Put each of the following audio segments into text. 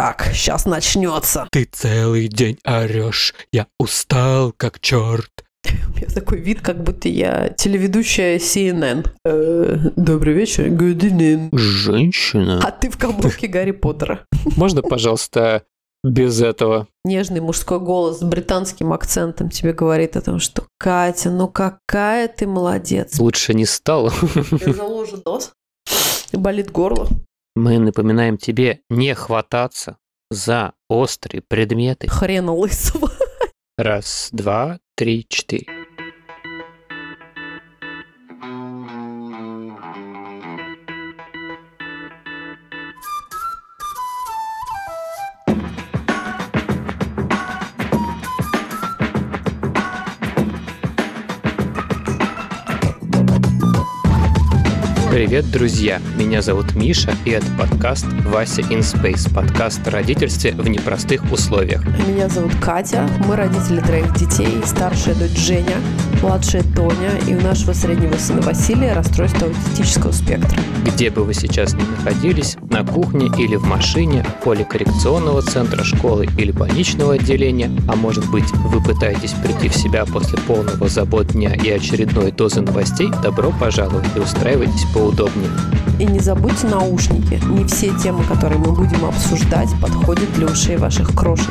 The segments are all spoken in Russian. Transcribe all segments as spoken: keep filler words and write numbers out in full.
Так, сейчас начнется. Ты целый день орешь, я устал как черт. У меня такой вид, как будто я телеведущая си эн эн. Э, добрый вечер, good evening. Женщина? А ты в колбаске Гарри Поттера. Можно, пожалуйста, без этого? Нежный мужской голос с британским акцентом тебе говорит о том, что Катя, ну какая ты молодец. Лучше не стало. Заложит нос, болит горло. Мы напоминаем тебе не хвататься за острые предметы. Хрена лысого. Раз, два, три, четыре. Привет, друзья! Меня зовут Миша, и это подкаст «Вася in Space», подкаст о родительстве в непростых условиях. Меня зовут Катя, мы родители троих детей, старшая дочь Женя, младшая Тоня, и у нашего среднего сына Василия расстройство аутистического спектра. Где бы вы сейчас ни находились, на кухне или в машине, в поле коррекционного центра, школы или больничного отделения, а может быть, вы пытаетесь прийти в себя после полного забот дня и очередной дозы новостей, добро пожаловать и устраивайтесь поудобнее. И не забудьте наушники. Не все темы, которые мы будем обсуждать, подходят для ушей ваших крошек.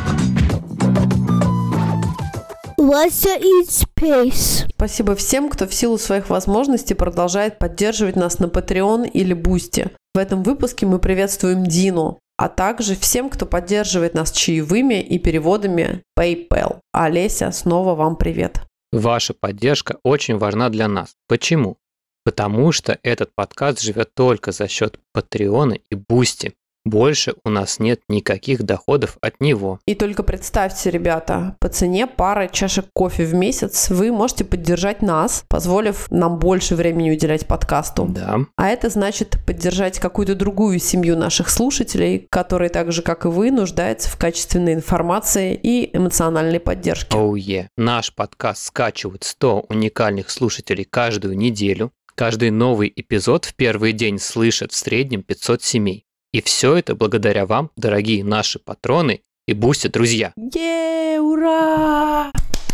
Вася in Space. Спасибо всем, кто в силу своих возможностей продолжает поддерживать нас на Patreon или Boosty. В этом выпуске мы приветствуем Дину, а также всем, кто поддерживает нас чаевыми и переводами PayPal. Олеся, снова вам привет. Ваша поддержка очень важна для нас. Почему? Потому что этот подкаст живет только за счет Патреона и Бусти. Больше у нас нет никаких доходов от него. И только представьте, ребята, по цене пары чашек кофе в месяц вы можете поддержать нас, позволив нам больше времени уделять подкасту. Да. А это значит поддержать какую-то другую семью наших слушателей, которые так же, как и вы, нуждаются в качественной информации и эмоциональной поддержке. Оу, oh, yeah. Наш подкаст скачивают сто уникальных слушателей каждую неделю. Каждый новый эпизод в первый день слышат в среднем пятьсот семей. И все это благодаря вам, дорогие наши патроны и Бусти друзья. Е, ура!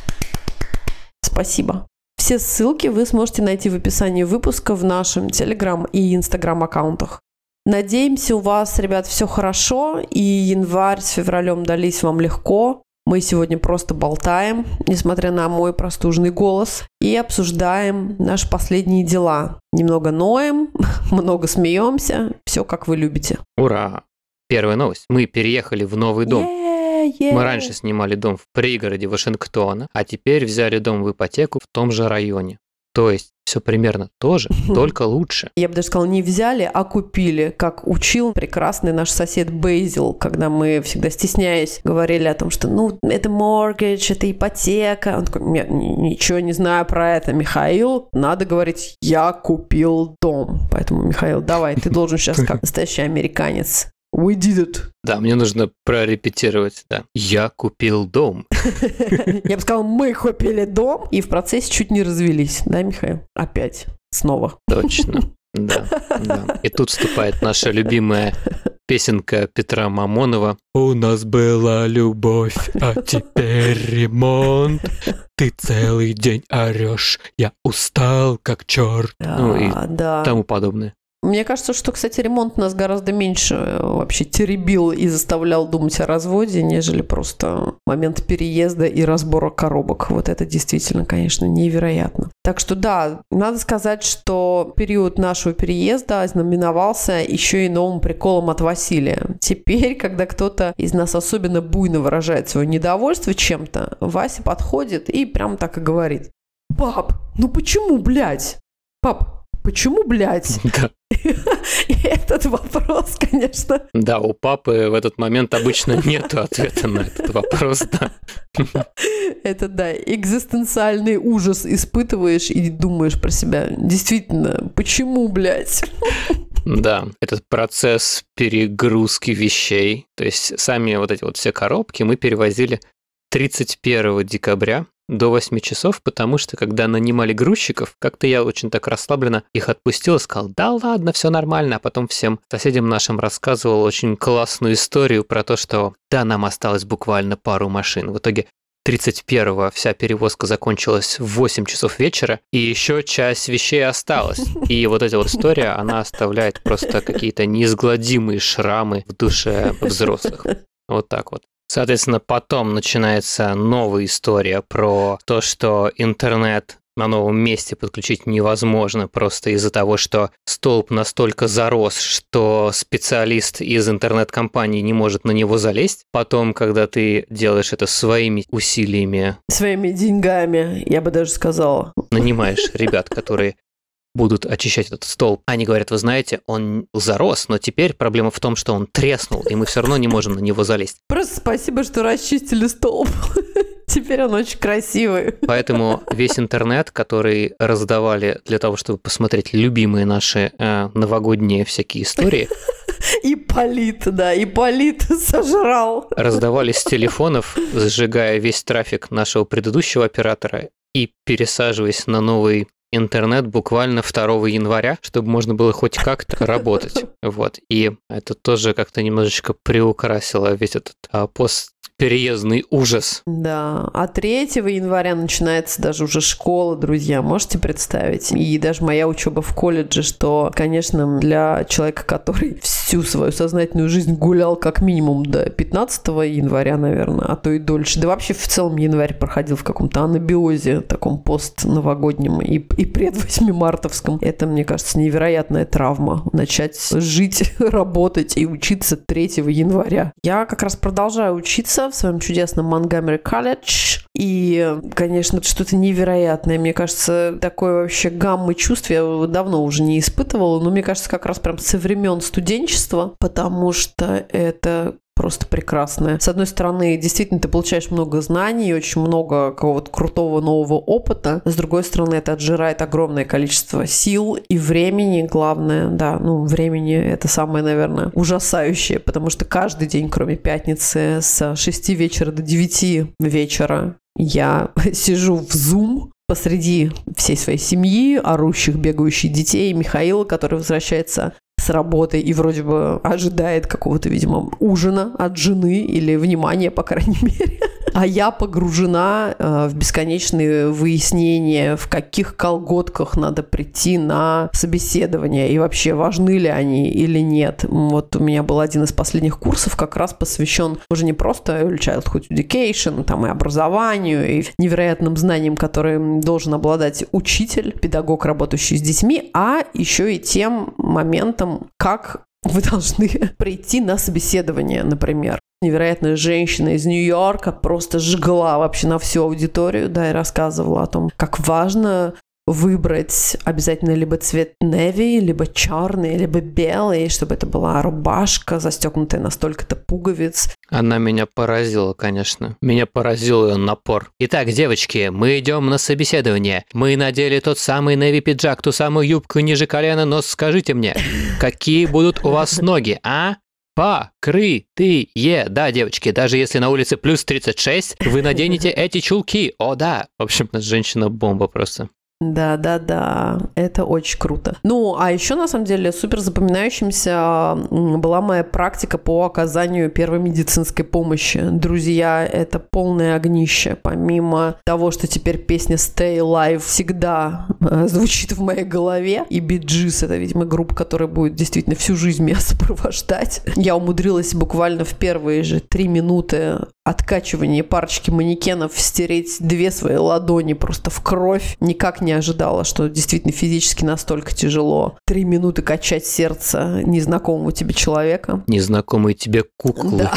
Спасибо. Все ссылки вы сможете найти в описании выпуска в нашем Telegram и Instagram аккаунтах. Надеемся, у вас, ребят, все хорошо, и январь с февралем дались вам легко. Мы сегодня просто болтаем, несмотря на мой простужный голос, и обсуждаем наши последние дела. Немного ноем, много смеемся, все как вы любите. Ура! Первая новость. Мы переехали в новый дом. Yeah, yeah. Мы раньше снимали дом в пригороде Вашингтона, а теперь взяли дом в ипотеку в том же районе. То есть все примерно то же, только лучше. Я бы даже сказала, не взяли, а купили, как учил прекрасный наш сосед Бейзил, когда мы всегда стесняясь говорили о том, что ну это mortgage, это ипотека. Он такой, ничего не знаю про это, Михаил, надо говорить, я купил дом. Поэтому, Михаил, давай, ты должен сейчас как настоящий американец. We did it. Да, мне нужно прорепетировать, да. Я купил дом. Я бы сказала, мы купили дом, и в процессе чуть не развелись, да, Михаил? Опять, снова. Точно, да, да. И тут вступает наша любимая песенка Петра Мамонова. У нас была любовь, а теперь ремонт. Ты целый день орешь, я устал как черт. Да, ну и да. тому подобное. Мне кажется, что, кстати, ремонт нас гораздо меньше вообще теребил и заставлял думать о разводе, нежели просто момент переезда и разбора коробок. Вот это действительно, конечно, невероятно. Так что да, надо сказать, что период нашего переезда ознаменовался еще и новым приколом от Василия. Теперь, когда кто-то из нас особенно буйно выражает свое недовольство чем-то, Вася подходит и прям так и говорит. Пап, ну почему, блядь? Пап, почему, блядь? Да. И этот вопрос, конечно... Да, у папы в этот момент обычно нет ответа на этот вопрос, да. Это, да, экзистенциальный ужас испытываешь и думаешь про себя. Действительно, почему, блядь? Да, этот процесс перегрузки вещей, то есть сами вот эти вот все коробки мы перевозили тридцать первого декабря до восьми часов, потому что, когда нанимали грузчиков, как-то я очень так расслабленно их отпустил и сказал, да ладно, все нормально, а потом всем соседям нашим рассказывал очень классную историю про то, что да, нам осталось буквально пару машин. В итоге тридцать первого вся перевозка закончилась в восемь часов вечера, и еще часть вещей осталась. И вот эта вот история, она оставляет просто какие-то неизгладимые шрамы в душе взрослых. Вот так вот. Соответственно, потом начинается новая история про то, что интернет на новом месте подключить невозможно просто из-за того, что столб настолько зарос, что специалист из интернет-компании не может на него залезть. Потом, когда ты делаешь это своими усилиями... Своими деньгами, я бы даже сказала. Нанимаешь ребят, которые будут очищать этот столб. Они говорят, вы знаете, он зарос, но теперь проблема в том, что он треснул, и мы все равно не можем на него залезть. Просто спасибо, что расчистили столб. Теперь он очень красивый. Поэтому весь интернет, который раздавали для того, чтобы посмотреть любимые наши э, новогодние всякие истории... Ипполит, да, Ипполит сожрал. Раздавали с телефонов, сжигая весь трафик нашего предыдущего оператора и пересаживаясь на новый интернет буквально второго января, чтобы можно было хоть как-то работать. Вот. И это тоже как-то немножечко приукрасило весь этот а, постпереездный ужас. Да. А третьего января начинается даже уже школа, друзья. Можете представить? И даже моя учеба в колледже, что, конечно, для человека, который всю свою сознательную жизнь гулял как минимум до пятнадцатого января, наверное, а то и дольше. Да вообще в целом январь проходил в каком-то анабиозе, таком постновогоднем и, и предвосьмимартовском. Это, мне кажется, невероятная травма. Начать жить, работать и учиться третьего января. Я как раз продолжаю учиться в своем чудесном Монгомери колледж. И, конечно, это что-то невероятное. Мне кажется, такой вообще гаммы чувств я давно уже не испытывала. Но мне кажется, как раз прям со времен студенчества, потому что это просто прекрасное. С одной стороны, действительно, ты получаешь много знаний, очень много какого-то крутого нового опыта. С другой стороны, это отжирает огромное количество сил и времени. Главное, да, ну, времени — это самое, наверное, ужасающее, потому что каждый день, кроме пятницы, с шести вечера до девяти вечера я сижу в Zoom посреди всей своей семьи, орущих, бегающих детей, Михаила, который возвращается с работы и вроде бы ожидает какого-то, видимо, ужина от жены или внимания, по крайней мере. А я погружена э, в бесконечные выяснения, в каких колготках надо прийти на собеседование и вообще важны ли они или нет. Вот у меня был один из последних курсов, как раз посвящен уже не просто Early Childhood Education, там и образованию, и невероятным знаниям, которые должен обладать учитель, педагог, работающий с детьми, а еще и тем моментом, как вы должны прийти на собеседование, например. Невероятная женщина из Нью-Йорка просто жгла вообще на всю аудиторию, да, и рассказывала о том, как важно выбрать обязательно либо цвет неви, либо черный, либо белый, чтобы это была рубашка, застегнутая на столько-то пуговиц. Она меня поразила, конечно. Меня поразил ее напор. Итак, девочки, мы идем на собеседование. Мы надели тот самый неви пиджак, ту самую юбку ниже колена, но скажите мне, какие будут у вас ноги, а? Покрытые. Да, девочки, даже если на улице плюс тридцать шесть, вы наденете эти чулки. О, да. В общем, женщина-бомба просто. Да-да-да, это очень круто. Ну, а еще, на самом деле, супер запоминающимся была моя практика по оказанию первой медицинской помощи. Друзья, это полное огнище. Помимо того, что теперь песня Stay Alive всегда звучит в моей голове, и Bee Gees — это, видимо, группа, которая будет действительно всю жизнь меня сопровождать. Я умудрилась буквально в первые же три минуты откачивания парочки манекенов стереть две свои ладони просто в кровь. Никак не ожидала, что действительно физически настолько тяжело три минуты качать сердце незнакомого тебе человека. Незнакомые тебе куклы. Да.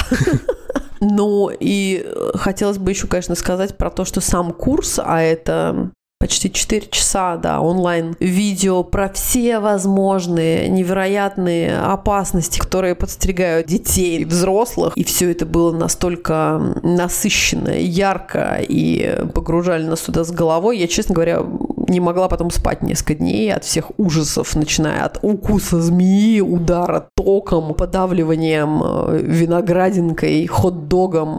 Ну и хотелось бы еще, конечно, сказать про то, что сам курс, а это почти четыре часа, да, онлайн-видео про все возможные невероятные опасности, которые подстерегают детей и взрослых. И все это было настолько насыщенно, ярко и погружали нас туда с головой. Я, честно говоря, не могла потом спать несколько дней от всех ужасов, начиная от укуса змеи, удара током, подавливанием виноградинкой, хот-догом.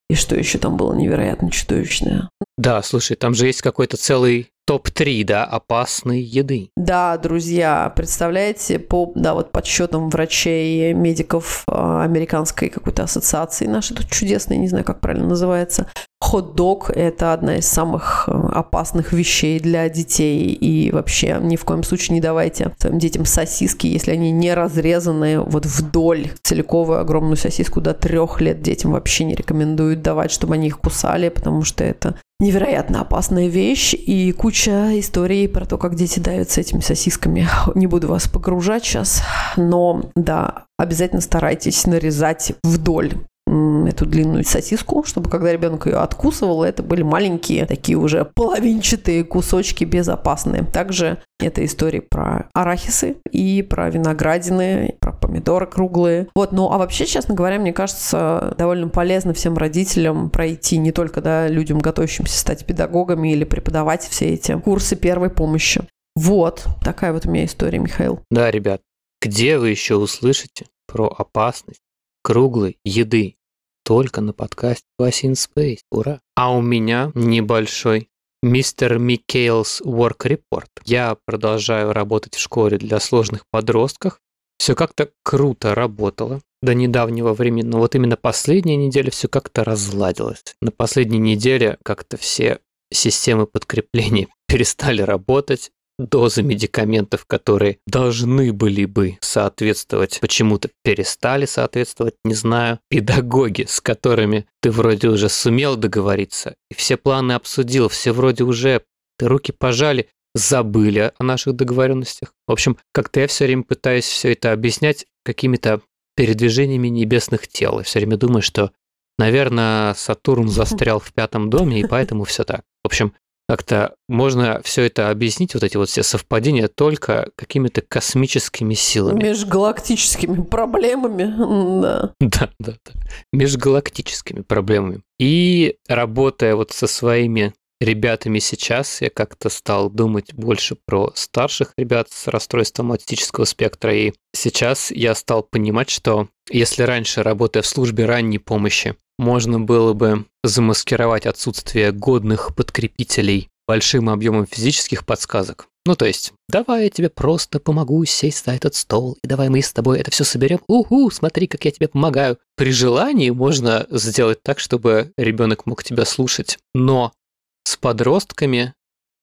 И что еще там было невероятно чудовищное? Да, слушай, там же есть какой-то целый топ три, да, опасной еды. Да, друзья, представляете, по да, вот подсчетам врачей, медиков э, американской какой-то ассоциации нашей тут чудесной, не знаю, как правильно называется, хот-дог – это одна из самых опасных вещей для детей. И вообще ни в коем случае не давайте своим детям сосиски, если они не разрезаны вот вдоль. Целиковую огромную сосиску до трех лет детям вообще не рекомендуют давать, чтобы они их кусали, потому что это невероятно опасная вещь. И куча историй про то, как дети давятся этими сосисками. Не буду вас погружать сейчас, но да, обязательно старайтесь нарезать вдоль эту длинную сосиску, чтобы когда ребенок ее откусывал, это были маленькие такие уже половинчатые кусочки безопасные. Также это истории про арахисы и про виноградины, и про помидоры круглые. Вот, ну а вообще, честно говоря, мне кажется, довольно полезно всем родителям пройти, не только да, людям, готовящимся стать педагогами или преподавать все эти курсы первой помощи. Вот, такая вот у меня история, Михаил. Да, ребят, где вы еще услышите про опасность круглой еды? Только на подкасте Вася in Space. Ура! А у меня небольшой мистер Микейлс Work Report. Я продолжаю работать в школе для сложных подростков. Все как-то круто работало до недавнего времени, но вот именно последняя неделя все как-то разладилось. На последней неделе как-то все системы подкрепления перестали работать. Дозы медикаментов, которые должны были бы соответствовать, почему-то перестали соответствовать, не знаю. Педагоги, с которыми ты вроде уже сумел договориться, и все планы обсудил, все вроде уже, ты руки пожали, забыли о наших договоренностях. В общем, как-то я все время пытаюсь все это объяснять какими-то передвижениями небесных тел. Я все время думаю, что, наверное, Сатурн застрял в пятом доме, и поэтому все так. В общем, как-то можно все это объяснить, вот эти вот все совпадения, только какими-то космическими силами. Межгалактическими проблемами, да. Да, да, да. Межгалактическими проблемами. И работая вот со своими ребятами сейчас, я как-то стал думать больше про старших ребят с расстройством аутистического спектра. И сейчас я стал понимать, что если раньше, работая в службе ранней помощи, можно было бы замаскировать отсутствие годных подкрепителей большим объемом физических подсказок. Ну, то есть, давай я тебе просто помогу сесть за этот стол, и давай мы с тобой это все соберем. Уху, смотри, как я тебе помогаю. При желании можно сделать так, чтобы ребенок мог тебя слушать. Но с подростками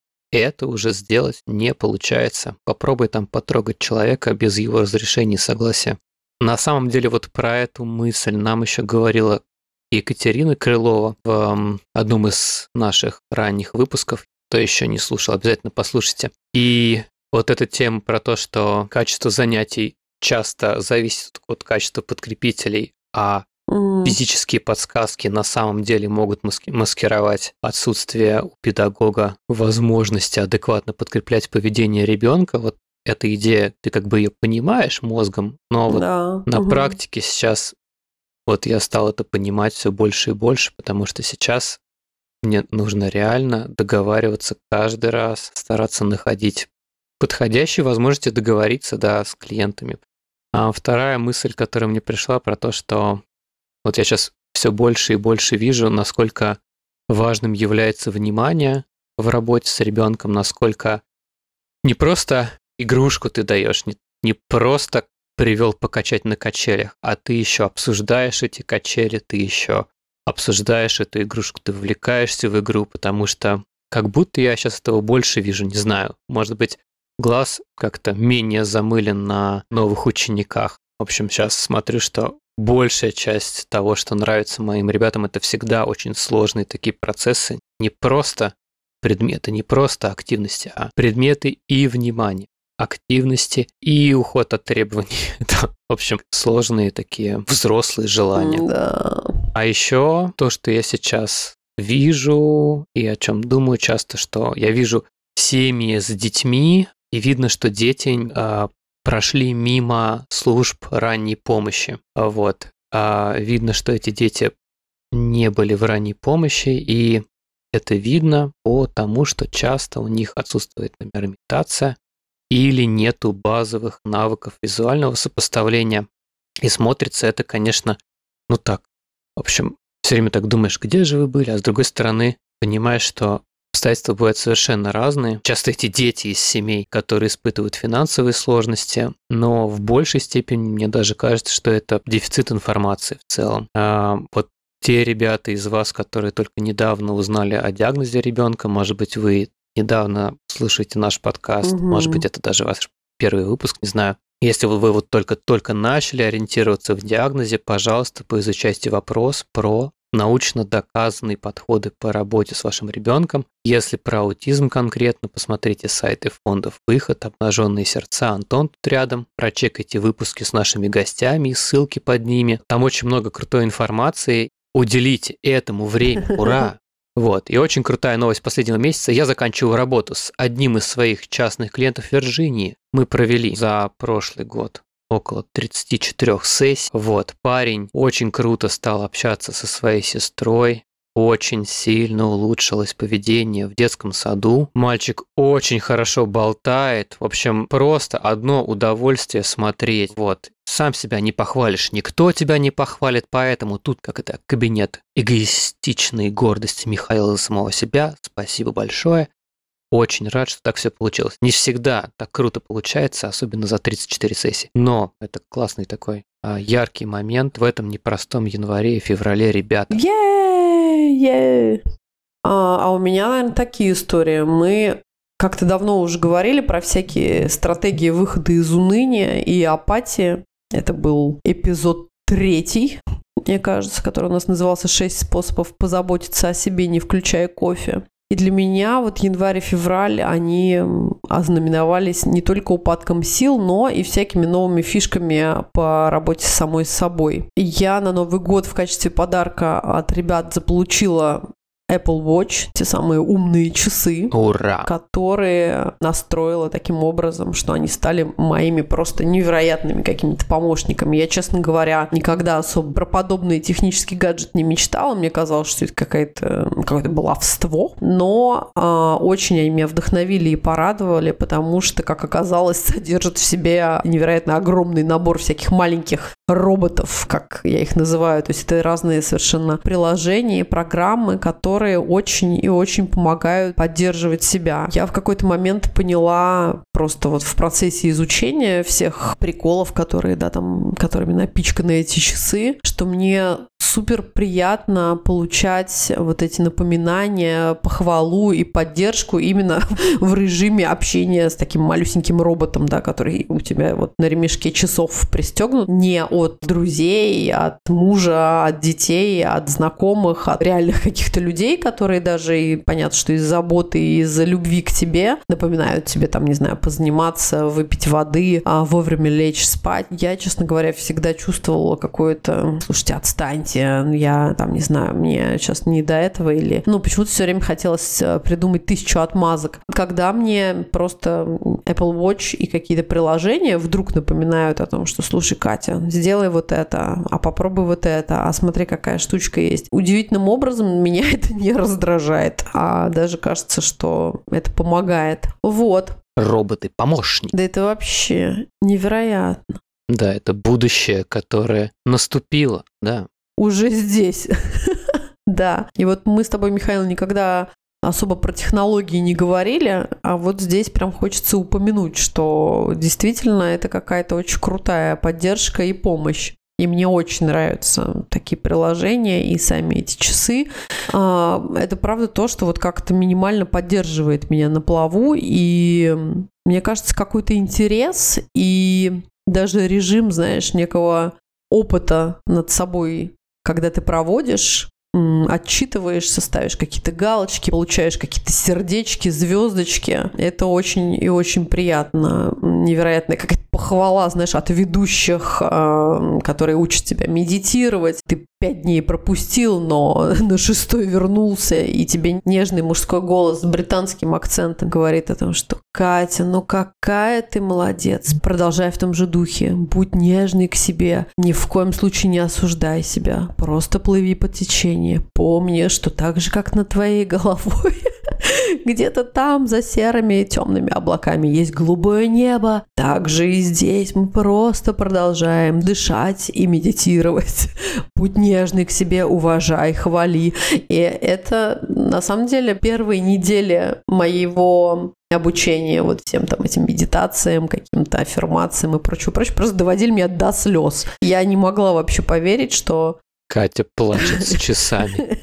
это уже сделать не получается. Попробуй там потрогать человека без его разрешения и согласия. На самом деле, вот про эту мысль нам еще говорила Екатерина Крылова в одном из наших ранних выпусков. Кто еще не слушал, обязательно послушайте. И вот эта тема про то, что качество занятий часто зависит от качества подкрепителей, а mm. физические подсказки на самом деле могут маски- маскировать отсутствие у педагога возможности адекватно подкреплять поведение ребенка. Вот эта идея, ты как бы ее понимаешь мозгом, но вот да. на угу. практике сейчас вот я стал это понимать все больше и больше, потому что сейчас мне нужно реально договариваться каждый раз, стараться находить подходящие возможности договориться, да, с клиентами. А вторая мысль, которая мне пришла, про то, что вот я сейчас все больше и больше вижу, насколько важным является внимание в работе с ребенком, насколько не просто игрушку ты даешь, не, не просто привел покачать на качелях, а ты еще обсуждаешь эти качели, ты еще обсуждаешь эту игрушку, ты вовлекаешься в игру, потому что как будто я сейчас этого больше вижу, не знаю. Может быть, глаз как-то менее замылен на новых учениках. В общем, сейчас смотрю, что большая часть того, что нравится моим ребятам, это всегда очень сложные такие процессы. Не просто предметы, не просто активности, а предметы и внимание. Активности и уход от требований. Это, в общем, сложные такие взрослые желания. Да. А еще то, что я сейчас вижу и о чем думаю часто, что я вижу семьи с детьми, и видно, что дети а, прошли мимо служб ранней помощи. Вот. А, видно, что эти дети не были в ранней помощи, и это видно по тому, что часто у них отсутствует, например, имитация, или нету базовых навыков визуального сопоставления. И смотрится это, конечно, ну так. В общем, все время так думаешь, где же вы были, а с другой стороны понимаешь, что обстоятельства бывают совершенно разные. Часто эти дети из семей, которые испытывают финансовые сложности, но в большей степени мне даже кажется, что это дефицит информации в целом. А вот те ребята из вас, которые только недавно узнали о диагнозе ребенка, может быть, вы недавно слышите наш подкаст, угу. может быть, это даже ваш первый выпуск, не знаю. Если вы, вы вот только-только начали ориентироваться в диагнозе, пожалуйста, поизучайте вопрос про научно доказанные подходы по работе с вашим ребенком. Если про аутизм конкретно, посмотрите сайты фондов «Выход», «Обнаженные сердца», Антон тут рядом. Прочекайте выпуски с нашими гостями и ссылки под ними. Там очень много крутой информации. Уделите этому время. Ура! Вот. И очень крутая новость последнего месяца. Я заканчиваю работу с одним из своих частных клиентов в Вирджинии. Мы провели за прошлый год около тридцать четыре сессий. Вот, парень очень круто стал общаться со своей сестрой. Очень сильно улучшилось поведение в детском саду. Мальчик очень хорошо болтает. В общем, просто одно удовольствие смотреть. Вот. Сам себя не похвалишь, никто тебя не похвалит, поэтому тут, как это, кабинет эгоистичной гордости Михаила за самого себя. Спасибо большое. Очень рад, что так все получилось. Не всегда так круто получается, особенно за тридцать четыре сессии. Но это классный такой а, яркий момент в этом непростом январе и феврале, ребята. Е-е-е! А, а у меня, наверное, такие истории. Мы как-то давно уже говорили про всякие стратегии выхода из уныния и апатии. Это был эпизод третий, мне кажется, который у нас назывался «Шесть способов позаботиться о себе, не включая кофе». И для меня вот январь и февраль, они ознаменовались не только упадком сил, но и всякими новыми фишками по работе с самой собой. Я на Новый год в качестве подарка от ребят заполучила Apple Watch, те самые умные часы, ура, которые настроила таким образом, что они стали моими просто невероятными какими-то помощниками. Я, честно говоря, никогда особо про подобный технический гаджет не мечтала. Мне казалось, что это какое-то, какое-то баловство. Но э, очень они меня вдохновили и порадовали, потому что, как оказалось, содержат в себе невероятно огромный набор всяких маленьких роботов, как я их называю. То есть это разные совершенно приложения, программы, которые очень и очень помогают поддерживать себя. Я в какой-то момент поняла просто вот в процессе изучения всех приколов, которые, да, там, которыми напичканы эти часы, что мне супер приятно получать вот эти напоминания, похвалу и поддержку именно в режиме общения с таким малюсеньким роботом, да, который у тебя вот на ремешке часов пристегнут, не от друзей, от мужа, от детей, от знакомых, от реальных каких-то людей, которые даже, и понятно, что из заботы и из любви к тебе напоминают тебе, там, не знаю, позаниматься, выпить воды, а вовремя лечь спать. Я, честно говоря, всегда чувствовала какое-то, слушайте, отстаньте, я там, не знаю, мне сейчас не до этого, или, ну, почему-то все время хотелось придумать тысячу отмазок. Когда мне просто Apple Watch и какие-то приложения вдруг напоминают о том, что, слушай, Катя, сделай вот это, а попробуй вот это, а смотри, какая штучка есть. Удивительным образом меня это не раздражает, а даже кажется, что это помогает. Вот. Роботы-помощники. Да это вообще невероятно. Да, это будущее, которое наступило, да. Уже здесь. Да. И вот мы с тобой, Михаил, никогда особо про технологии не говорили, а вот здесь прям хочется упомянуть, что действительно это какая-то очень крутая поддержка и помощь. И мне очень нравятся такие приложения и сами эти часы. Это правда то, что вот как-то минимально поддерживает меня на плаву. И мне кажется, какой-то интерес и даже режим, знаешь, некого опыта над собой, когда ты проводишь, отчитываешься, ставишь какие-то галочки, получаешь какие-то сердечки, звездочки. Это очень и очень приятно. Невероятная какая-то похвала, знаешь, от ведущих, которые учат тебя медитировать. Ты пять дней пропустил, но на шестой вернулся, и тебе нежный мужской голос с британским акцентом говорит о том, что «Катя, ну какая ты молодец! Продолжай в том же духе, будь нежный к себе, ни в коем случае не осуждай себя, просто плыви по течению, помни, что так же, как над твоей головой, Где-то там за серыми темными облаками есть голубое небо. Также и здесь мы просто продолжаем дышать и медитировать. Будь нежный к себе, уважай, хвали. И это, на самом деле, первые недели моего обучения вот всем там этим медитациям, каким-то аффирмациям и прочее, прочее, просто доводили меня до слез. Я не могла вообще поверить, что... Катя плачет с часами.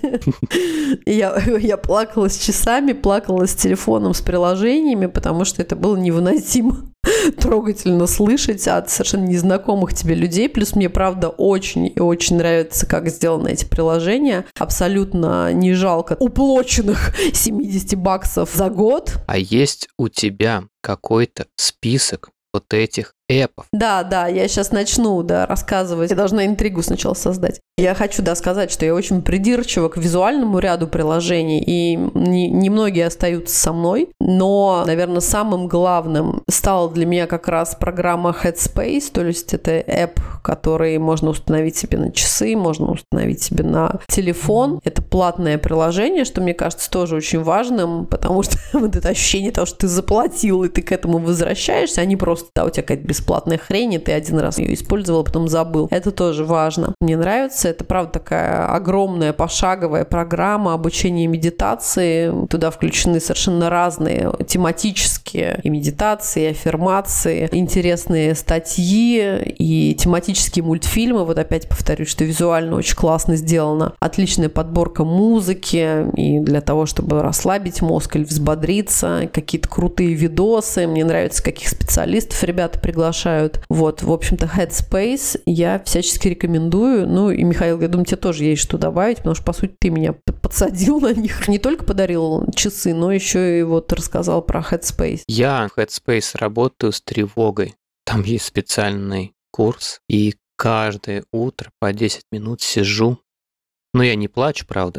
Я, я плакала с часами, плакала с телефоном, с приложениями, потому что это было невыносимо трогательно слышать от совершенно незнакомых тебе людей. Плюс мне, правда, очень и очень нравится, как сделаны эти приложения. Абсолютно не жалко уплоченных семьдесят баксов за год. А есть у тебя какой-то список вот этих эпов? Да, да, я сейчас начну, да, рассказывать. Я должна интригу сначала создать. Я хочу, да, сказать, что я очень придирчива к визуальному ряду приложений, и не, немногие остаются со мной, но, наверное, самым главным стала для меня как раз программа Headspace, то есть это эп, который можно установить себе на часы, можно установить себе на телефон. Это платное приложение, что, мне кажется, тоже очень важным, потому что вот это ощущение того, что ты заплатил, и ты к этому возвращаешься, а не просто, да, у тебя какая-то бесплатная хрень, и ты один раз ее использовал, потом забыл. Это тоже важно. Мне нравится. Это, правда, такая огромная пошаговая программа обучения медитации. Туда включены совершенно разные тематические и медитации, и аффирмации, интересные статьи и тематические мультфильмы. Вот опять повторюсь, что визуально очень классно сделано. Отличная подборка музыки и для того, чтобы расслабить мозг или взбодриться. Какие-то крутые видосы. Мне нравится, каких специалистов ребята приглашают. Вот, в общем-то, Headspace я всячески рекомендую. Ну и, Михаил, я думаю, тебе тоже есть что добавить, потому что, по сути, ты меня подсадил на них. Не только подарил часы, но еще и вот рассказал про Headspace. Я в Headspace работаю с тревогой. Там есть специальный курс, и каждое утро по десять минут сижу. Ну, я не плачу, правда,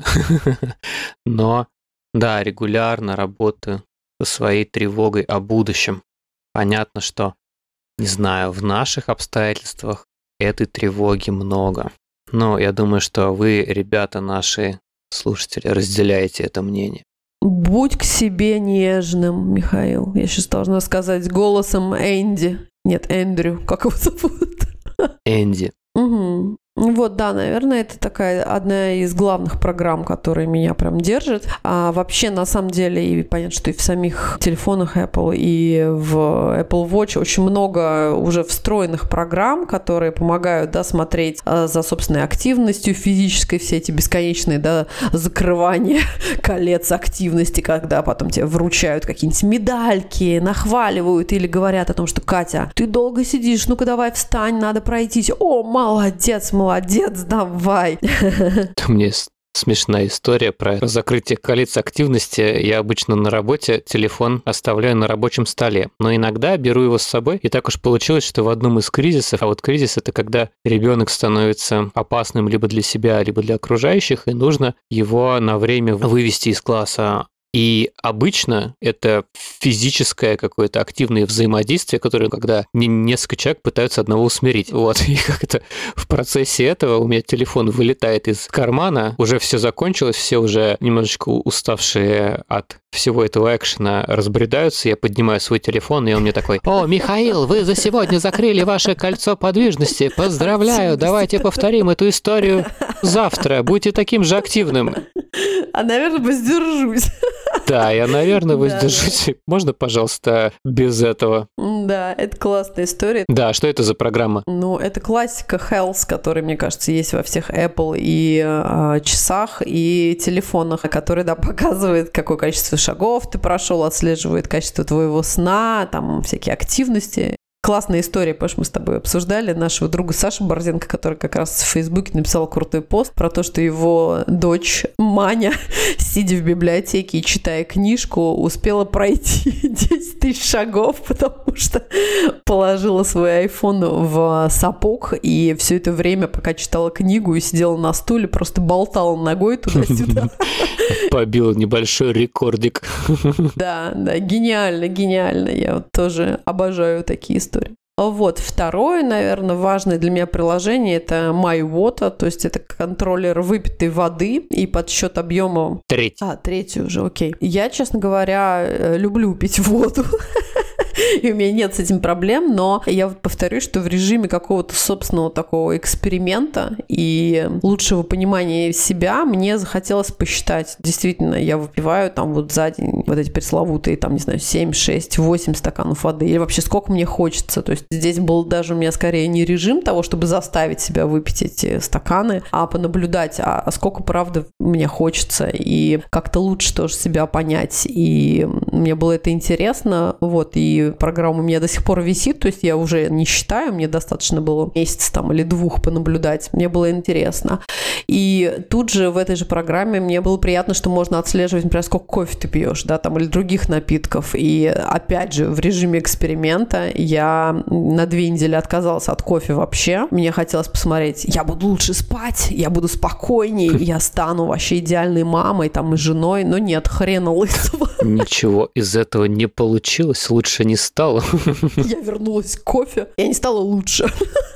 но, да, регулярно работаю со своей тревогой о будущем. Понятно, что, не знаю, в наших обстоятельствах этой тревоги много. Но я думаю, что вы, ребята, наши слушатели, разделяете это мнение. Будь к себе нежным, Михаил. Я сейчас должна сказать голосом Энди. Нет, Эндрю. Как его зовут? Энди. Угу. Вот, да, наверное, это такая одна из главных программ, которая меня прям держит. А вообще, на самом деле, и понятно, что и в самих телефонах Apple, и в Apple Watch очень много уже встроенных программ, которые помогают, да, смотреть а, за собственной активностью физической, все эти бесконечные, да, закрывания колец активности, когда потом тебе вручают какие-нибудь медальки, нахваливают или говорят о том, что Катя, ты долго сидишь, ну-ка давай встань, надо пройтись. О, молодец, молодец. Молодец, давай. У меня есть смешная история про закрытие колец активности. Я обычно на работе телефон оставляю на рабочем столе, но иногда беру его с собой, и так уж получилось, что в одном из кризисов, а вот кризис — это когда ребенок становится опасным либо для себя, либо для окружающих, и нужно его на время вывести из класса. И обычно это физическое какое-то активное взаимодействие, которое, когда несколько человек пытаются одного усмирить. Вот, и как-то в процессе этого у меня телефон вылетает из кармана, уже все закончилось, все уже немножечко уставшие от всего этого экшена разбредаются, я поднимаю свой телефон, и он мне такой: «О, Михаил, вы за сегодня закрыли ваше кольцо подвижности, поздравляю, давайте повторим эту историю завтра, будьте таким же активным». А, наверное, воздержусь. Да, я, наверное, воздержусь. Да, да. Можно, пожалуйста, без этого? Да, это классная история. Да, что это за программа? Ну, это классика Health, которая, мне кажется, есть во всех Apple и э, часах, и телефонах, который, да, показывает, какое количество шагов ты прошел, отслеживает качество твоего сна, там всякие активности. Классная история, потому что мы с тобой обсуждали нашего друга Сашу Борзенко, который как раз в Фейсбуке написал крутой пост про то, что его дочь Маня, сидя в библиотеке и читая книжку, успела пройти десять тысяч шагов, потому что положила свой айфон в сапог и все это время, пока читала книгу и сидела на стуле, просто болтала ногой туда-сюда. Побила небольшой рекордик. Да, да, гениально, гениально. Я вот тоже обожаю такие истории. Вот. Второе, наверное, важное для меня приложение – это MyWater, то есть это контроллер выпитой воды и подсчет объема. Треть. А, третий уже, окей. Я, честно говоря, люблю пить воду. И у меня нет с этим проблем, но я вот повторюсь, что в режиме какого-то собственного такого эксперимента и лучшего понимания себя мне захотелось посчитать. Действительно, я выпиваю там вот за день вот эти пресловутые, там, не знаю, семь, шесть, восемь стаканов воды. Или вообще сколько мне хочется. То есть здесь был даже у меня скорее не режим того, чтобы заставить себя выпить эти стаканы, а понаблюдать, а сколько, правда, мне хочется. И как-то лучше тоже себя понять. И мне было это интересно. Вот, и программа у меня до сих пор висит, то есть я уже не считаю, мне достаточно было месяц там или двух понаблюдать, мне было интересно. И тут же в этой же программе мне было приятно, что можно отслеживать, например, сколько кофе ты пьешь, да, там, или других напитков. И опять же, в режиме эксперимента я на две недели отказалась от кофе вообще. Мне хотелось посмотреть, я буду лучше спать, я буду спокойнее, я стану вообще идеальной мамой там и женой, но нет, хрена лысого. Ничего из этого не получилось, лучше не стало. Я вернулась к кофе. Я не стала лучше.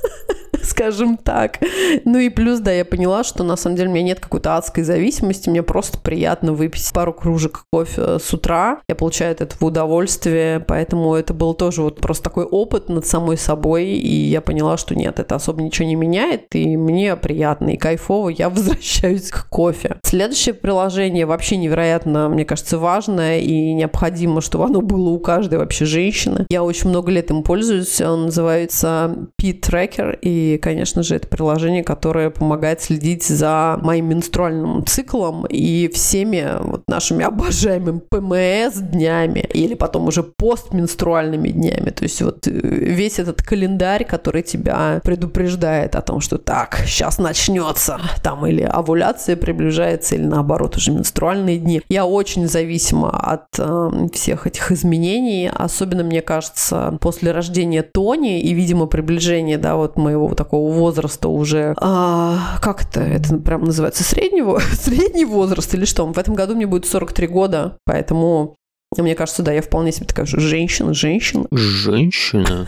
Скажем так. Ну и плюс, да, я поняла, что на самом деле у меня нет какой-то адской зависимости, мне просто приятно выпить пару кружек кофе с утра, я получаю от этого удовольствие, поэтому это был тоже вот просто такой опыт над самой собой, и я поняла, что нет, это особо ничего не меняет, и мне приятно и кайфово, я возвращаюсь к кофе. Следующее приложение вообще невероятно, мне кажется, важное и необходимо, чтобы оно было у каждой вообще женщины. Я очень много лет им пользуюсь, он называется P-Tracker, и конечно же, это приложение, которое помогает следить за моим менструальным циклом и всеми вот нашими обожаемыми ПМС-днями или потом уже постменструальными днями. То есть вот весь этот календарь, который тебя предупреждает о том, что так, сейчас начнется, там или овуляция приближается, или наоборот уже менструальные дни. Я очень зависима от э, всех этих изменений, особенно, мне кажется, после рождения Тони и, видимо, приближения, да, вот моего вот такого возраста уже, а, как это, это прям называется, среднего, средний возраст или что? В этом году мне будет сорок три года, поэтому мне кажется, да, я вполне себе такая же женщина, женщина. Женщина?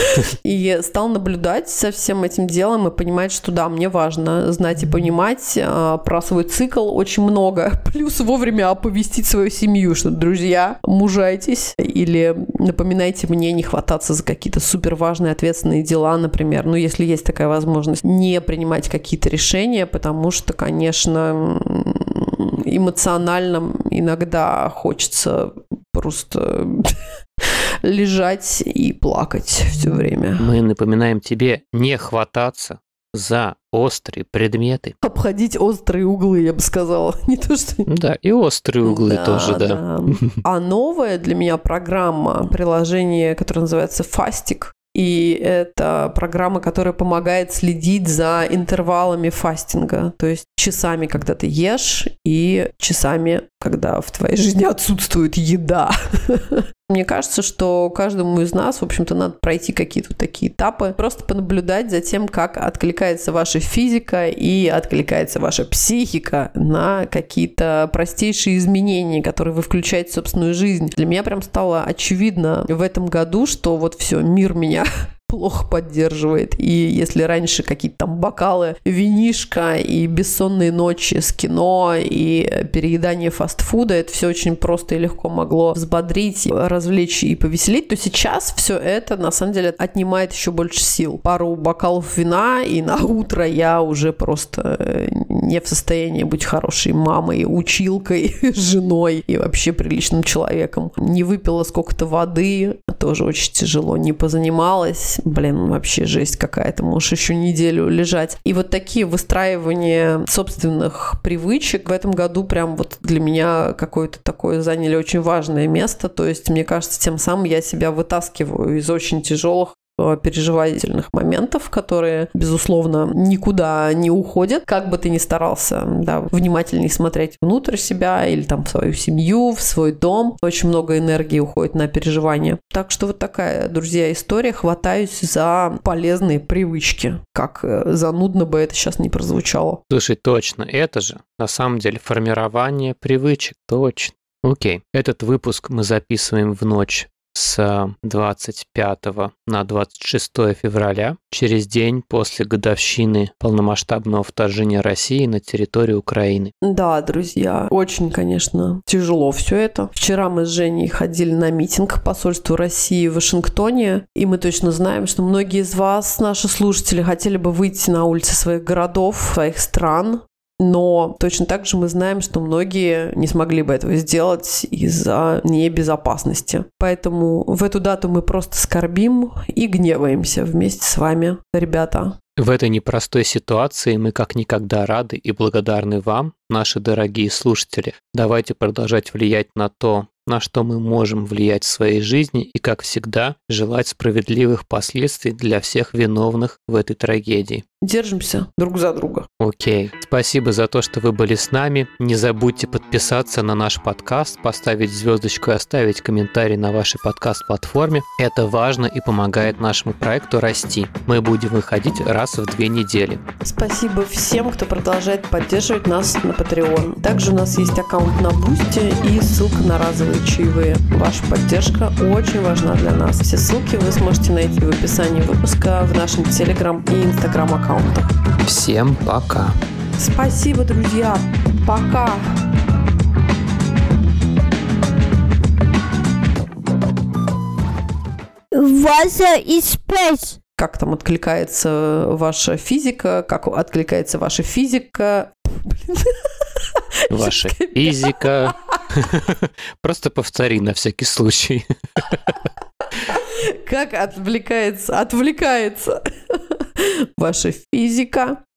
И стал наблюдать за всем этим делом и понимать, что да, мне важно знать и понимать а, про свой цикл очень много. Плюс вовремя оповестить свою семью, что, друзья, мужайтесь. Или напоминайте мне не хвататься за какие-то суперважные ответственные дела, например. Ну, если есть такая возможность, не принимать какие-то решения, потому что, конечно, эмоционально иногда хочется просто лежать и плакать все время. Мы напоминаем тебе не хвататься за острые предметы. Обходить острые углы, я бы сказала. Не то, что... Да, и острые углы да, тоже, да. да. А новая для меня программа, приложение, которое называется Fastic. И это программа, которая помогает следить за интервалами фастинга, то есть часами, когда ты ешь, и часами, когда в твоей жизни отсутствует еда. Мне кажется, что каждому из нас, в общем-то, надо пройти какие-то вот такие этапы, просто понаблюдать за тем, как откликается ваша физика и откликается ваша психика на какие-то простейшие изменения, которые вы включаете в собственную жизнь. Для меня прям стало очевидно в этом году, что вот все, мир меня плохо поддерживает. И если раньше какие-то там бокалы, винишко и бессонные ночи с кино и переедание фастфуда, это все очень просто и легко могло взбодрить, развлечь и повеселить, то сейчас все это на самом деле отнимает еще больше сил. Пару бокалов вина, и на утро я уже просто не в состоянии быть хорошей мамой, училкой, женой и вообще приличным человеком. Не выпила сколько-то воды, тоже очень тяжело, не позанималась. Блин, вообще жесть какая-то, можешь еще неделю лежать. И вот такие выстраивания собственных привычек в этом году прям вот для меня какое-то такое заняли очень важное место. То есть, мне кажется, тем самым я себя вытаскиваю из очень тяжелых переживательных моментов, которые, безусловно, никуда не уходят. Как бы ты ни старался, да, внимательнее смотреть внутрь себя или там в свою семью, в свой дом. Очень много энергии уходит на переживания. Так что вот такая, друзья, история. Хватаюсь за полезные привычки. Как занудно бы это сейчас не прозвучало. Слушай, точно, это же на самом деле формирование привычек. Точно. Окей. Этот выпуск мы записываем в ночь с двадцать пятого на двадцать шестое февраля, через день после годовщины полномасштабного вторжения России на территорию Украины. Да, друзья, очень, конечно, тяжело все это. Вчера мы с Женей ходили на митинг к посольству России в Вашингтоне, и мы точно знаем, что многие из вас, наши слушатели, хотели бы выйти на улицы своих городов, своих стран, но точно так же мы знаем, что многие не смогли бы этого сделать из-за небезопасности. Поэтому в эту дату мы просто скорбим и гневаемся вместе с вами, ребята. В этой непростой ситуации мы как никогда рады и благодарны вам, наши дорогие слушатели. Давайте продолжать влиять на то, на что мы можем влиять в своей жизни, и, как всегда, желать справедливых последствий для всех виновных в этой трагедии. Держимся друг за друга. Окей. Спасибо за то, что вы были с нами. Не забудьте подписаться на наш подкаст, поставить звездочку и оставить комментарий на вашей подкаст-платформе. Это важно и помогает нашему проекту расти. Мы будем выходить раз в две недели. Спасибо всем, кто продолжает поддерживать нас на Patreon. Также у нас есть аккаунт на Boosty и ссылка на разовые чаевые. Ваша поддержка очень важна для нас. Все ссылки вы сможете найти в описании выпуска в нашем Telegram и Instagram аккаунтах. Всем пока. Спасибо, друзья. Пока. Wasser is space. Как там откликается ваша физика? Как откликается ваша физика? Ваша физика. Просто повтори на всякий случай. Как отвлекается, отвлекается ваша физика